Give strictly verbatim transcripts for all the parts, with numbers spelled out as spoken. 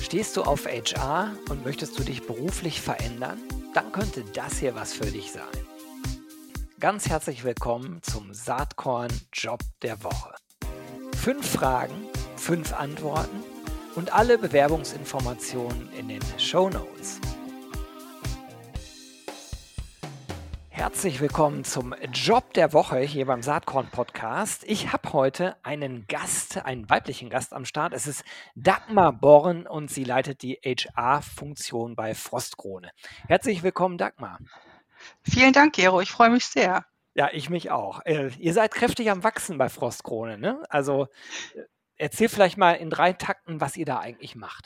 Stehst du auf H R und möchtest du dich beruflich verändern? Dann könnte das hier was für dich sein. Ganz herzlich willkommen zum Saatkorn Job der Woche. Fünf Fragen, fünf Antworten und alle Bewerbungsinformationen in den Shownotes. Herzlich willkommen zum Job der Woche hier beim Saatkorn Podcast. Ich habe heute einen Gast, einen weiblichen Gast am Start. Es ist Dagmar Born und sie leitet die H R-Funktion bei Frostkrone. Herzlich willkommen, Dagmar. Vielen Dank, Gero. Ich freue mich sehr. Ja, ich mich auch. Äh, ihr seid kräftig am Wachsen bei Frostkrone, ne? Also äh, erzähl vielleicht mal in drei Takten, was ihr da eigentlich macht.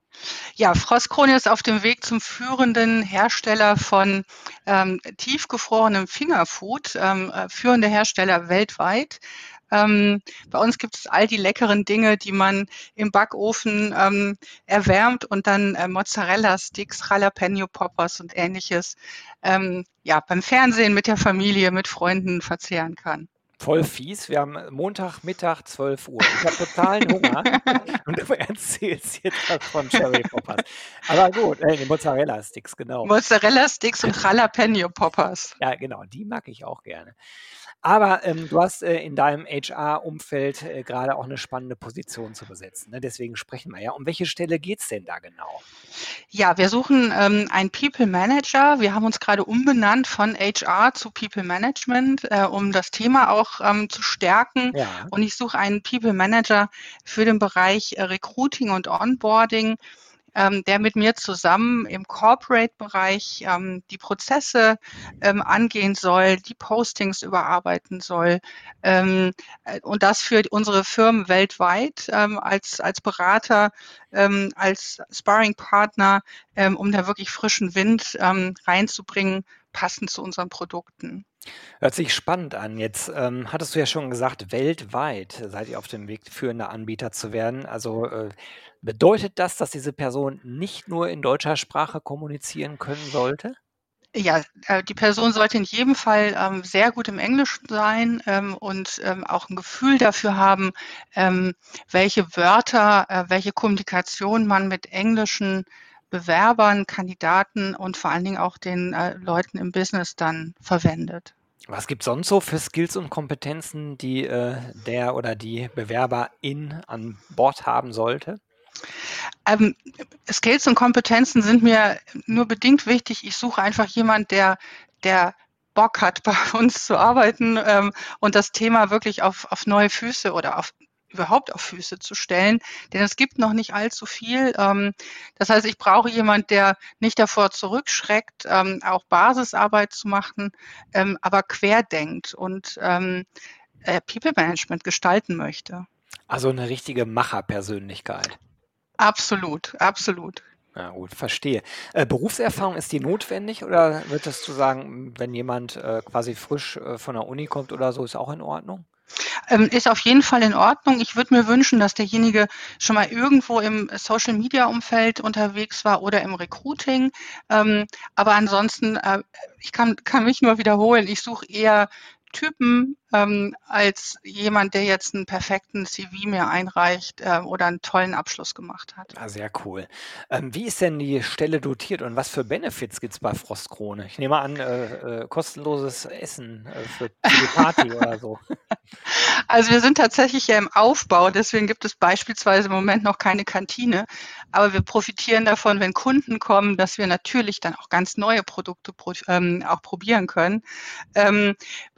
Ja, Frostkrone ist auf dem Weg zum führenden Hersteller von ähm, tiefgefrorenem Fingerfood, ähm, äh, führender Hersteller weltweit. Ähm, bei uns gibt es all die leckeren Dinge, die man im Backofen ähm, erwärmt und dann äh, Mozzarella-Sticks, Jalapeno-Poppers und Ähnliches ähm, ja, beim Fernsehen mit der Familie, mit Freunden verzehren kann. Voll fies. Wir haben Montagmittag, zwölf Uhr. Ich habe totalen Hunger und du erzählst jetzt was von Cherry Poppers. Aber gut, äh, die Mozzarella-Sticks, genau. Mozzarella-Sticks und Jalapeno-Poppers. Ja, genau, die mag ich auch gerne. Aber ähm, du hast äh, in deinem H R-Umfeld äh, gerade auch eine spannende Position zu besetzen. Ne? Deswegen sprechen wir ja. Um welche Stelle geht es denn da genau? Ja, wir suchen ähm, einen People Manager. Wir haben uns gerade umbenannt von H R zu People Management, äh, um das Thema auch ähm, zu stärken. Ja. Und ich suche einen People Manager für den Bereich äh, Recruiting und Onboarding, ähm, der mit mir zusammen im Corporate-Bereich ähm, die Prozesse ähm, angehen soll, die Postings überarbeiten soll ähm, äh, und das für unsere Firmen weltweit ähm, als, als Berater, ähm, als Sparring-Partner, ähm, um da wirklich frischen Wind ähm, reinzubringen, passend zu unseren Produkten. Hört sich spannend an. Jetzt ähm, hattest du ja schon gesagt, weltweit seid ihr auf dem Weg, führender Anbieter zu werden. Also äh, bedeutet das, dass diese Person nicht nur in deutscher Sprache kommunizieren können sollte? Ja, äh, die Person sollte in jedem Fall ähm, sehr gut im Englischen sein ähm, und ähm, auch ein Gefühl dafür haben, ähm, welche Wörter, äh, welche Kommunikation man mit englischen Bewerbern, Kandidaten und vor allen Dingen auch den äh, Leuten im Business dann verwendet. Was gibt es sonst so für Skills und Kompetenzen, die äh, der oder die Bewerberin an Bord haben sollte? Ähm, Skills und Kompetenzen sind mir nur bedingt wichtig. Ich suche einfach jemand, der, der Bock hat, bei uns zu arbeiten ähm, und das Thema wirklich auf, auf neue Füße oder auf überhaupt auf Füße zu stellen, denn es gibt noch nicht allzu viel. Ähm, das heißt, ich brauche jemand, der nicht davor zurückschreckt, ähm, auch Basisarbeit zu machen, ähm, aber querdenkt und ähm, äh, People Management gestalten möchte. Also eine richtige Macherpersönlichkeit. Absolut, absolut. Ja gut, verstehe. Äh, Berufserfahrung, ist die notwendig oder würdest du sagen, wenn jemand äh, quasi frisch äh, von der Uni kommt oder so, ist auch in Ordnung? Ähm, ist auf jeden Fall in Ordnung. Ich würde mir wünschen, dass derjenige schon mal irgendwo im Social-Media-Umfeld unterwegs war oder im Recruiting. Ähm, aber ansonsten, äh, ich kann, kann mich nur wiederholen, ich suche eher Typen ähm, als jemand, der jetzt einen perfekten C V mir einreicht äh, oder einen tollen Abschluss gemacht hat. Ah, sehr cool. Ähm, wie ist denn die Stelle dotiert und was für Benefits gibt es bei Frostkrone? Ich nehme an, äh, äh, kostenloses Essen äh, für, für die Party oder so. Also wir sind tatsächlich ja im Aufbau, deswegen gibt es beispielsweise im Moment noch keine Kantine. Aber wir profitieren davon, wenn Kunden kommen, dass wir natürlich dann auch ganz neue Produkte pro, ähm, auch probieren können. Ähm,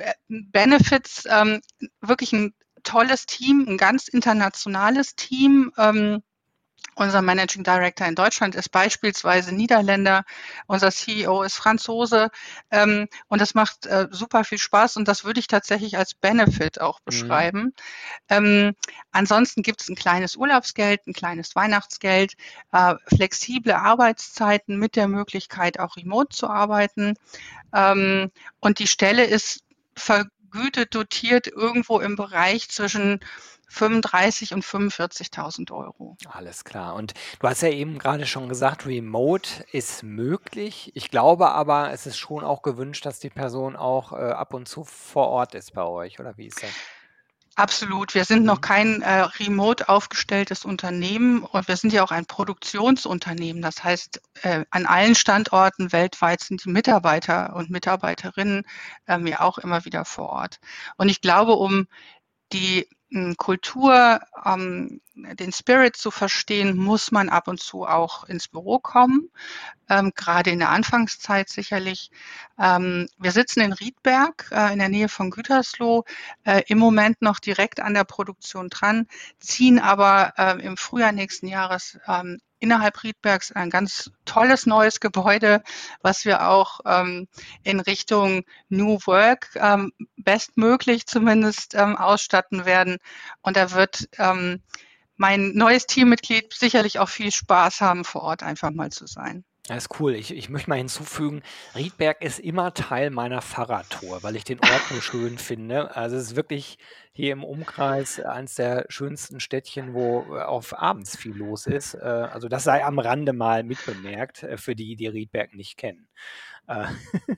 Benefits, ähm, wirklich ein tolles Team, ein ganz internationales Team. Ähm, Unser Managing Director in Deutschland ist beispielsweise Niederländer, unser C E O ist Franzose ähm, und das macht äh, super viel Spaß und das würde ich tatsächlich als Benefit auch Mhm. beschreiben. Ähm, ansonsten gibt es ein kleines Urlaubsgeld, ein kleines Weihnachtsgeld, äh, flexible Arbeitszeiten mit der Möglichkeit auch remote zu arbeiten ähm, und die Stelle ist vergütet, dotiert irgendwo im Bereich zwischen fünfunddreißig und fünfundvierzigtausend Euro. Alles klar. Und du hast ja eben gerade schon gesagt, Remote ist möglich. Ich glaube aber, es ist schon auch gewünscht, dass die Person auch äh, ab und zu vor Ort ist bei euch, oder wie ist das? Absolut. Wir sind noch Mhm. kein äh, remote aufgestelltes Unternehmen und wir sind ja auch ein Produktionsunternehmen. Das heißt, äh, an allen Standorten weltweit sind die Mitarbeiter und Mitarbeiterinnen ähm, ja auch immer wieder vor Ort. Und ich glaube, um die m, Kultur, ähm, den Spirit zu verstehen, muss man ab und zu auch ins Büro kommen, ähm, gerade in der Anfangszeit sicherlich. Ähm, wir sitzen in Riedberg äh, in der Nähe von Gütersloh, äh, im Moment noch direkt an der Produktion dran, ziehen aber äh, im Frühjahr nächsten Jahres ähm, innerhalb Riedbergs ein ganz tolles neues Gebäude, was wir auch ähm, in Richtung New Work ähm, bestmöglich zumindest ähm, ausstatten werden. Und da wird ähm, mein neues Teammitglied sicherlich auch viel Spaß haben, vor Ort einfach mal zu sein. Das ist cool. Ich ich möchte mal hinzufügen, Riedberg ist immer Teil meiner Fahrradtour, weil ich den Ort so schön finde. Also, es ist wirklich hier im Umkreis eins der schönsten Städtchen, wo, äh, auch abends viel los ist. Äh, also, das sei am Rande mal mitbemerkt, äh, für die, die Riedberg nicht kennen. Äh,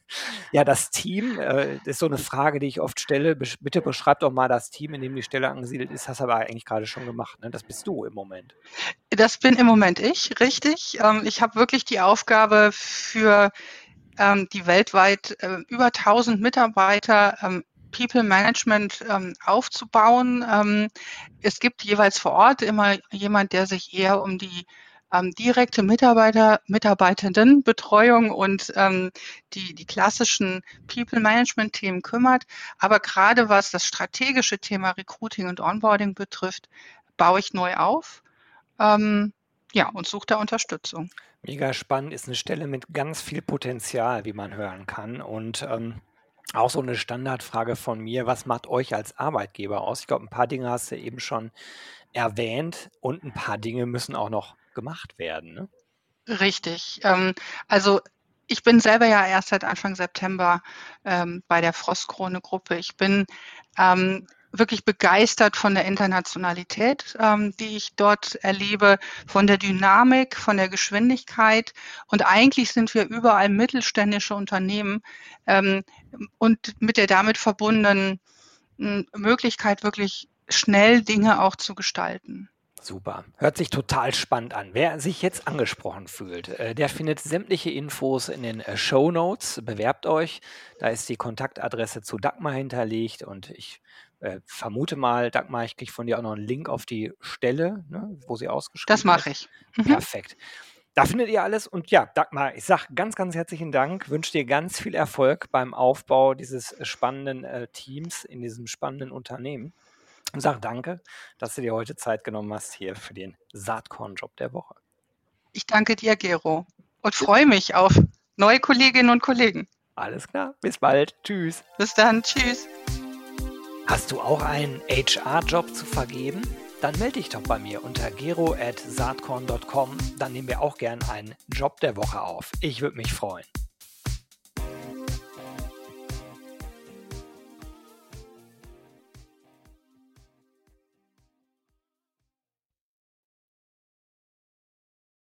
ja, das Team, äh, das ist so eine Frage, die ich oft stelle. Besch bitte beschreib doch mal das Team, in dem die Stelle angesiedelt ist. Hast du aber eigentlich gerade schon gemacht, ne? Das bist du im Moment. Das bin im Moment ich, richtig. Ähm, ich habe wirklich die Aufgabe für ähm, die weltweit äh, über tausend Mitarbeiter ähm, People Management ähm, aufzubauen. Ähm, es gibt jeweils vor Ort immer jemand, der sich eher um die ähm, direkte Mitarbeiter, Mitarbeitendenbetreuung und ähm, die, die klassischen People Management Themen kümmert. Aber gerade was das strategische Thema Recruiting und Onboarding betrifft, baue ich neu auf. Ähm, ja, und suche da Unterstützung. Mega spannend, ist eine Stelle mit ganz viel Potenzial, wie man hören kann. Und, ähm, auch so eine Standardfrage von mir: Was macht euch als Arbeitgeber aus? Ich glaube, ein paar Dinge hast du eben schon erwähnt und ein paar Dinge müssen auch noch gemacht werden, ne? Richtig. Ähm, also ich bin selber ja erst seit Anfang September ähm, bei der Frostkrone-Gruppe. Ich bin ähm, wirklich begeistert von der Internationalität, ähm, die ich dort erlebe, von der Dynamik, von der Geschwindigkeit. Und eigentlich sind wir überall mittelständische Unternehmen ähm, und mit der damit verbundenen m, Möglichkeit, wirklich schnell Dinge auch zu gestalten. Super. Hört sich total spannend an. Wer sich jetzt angesprochen fühlt, äh, der findet sämtliche Infos in den äh, Shownotes. Bewerbt euch. Da ist die Kontaktadresse zu Dagmar hinterlegt und ich äh, vermute mal, Dagmar, ich kriege von dir auch noch einen Link auf die Stelle, ne, wo sie Das ausgeschrieben mache ist. ich. Mhm. Perfekt. Da findet ihr alles und ja, Dagmar, ich sage ganz, ganz herzlichen Dank, wünsche dir ganz viel Erfolg beim Aufbau dieses äh, spannenden äh, Teams in diesem spannenden Unternehmen. Und sage danke, dass du dir heute Zeit genommen hast hier für den Saatkorn-Job der Woche. Ich danke dir, Gero, und Bis, freue mich auf neue Kolleginnen und Kollegen. alles klar, bis bald. Tschüss. Bis dann. Tschüss. Hast du auch einen H R-Job zu vergeben? Dann melde dich doch bei mir unter gero at saatkorn punkt com. Dann nehmen wir auch gern einen Job der Woche auf. Ich würde mich freuen.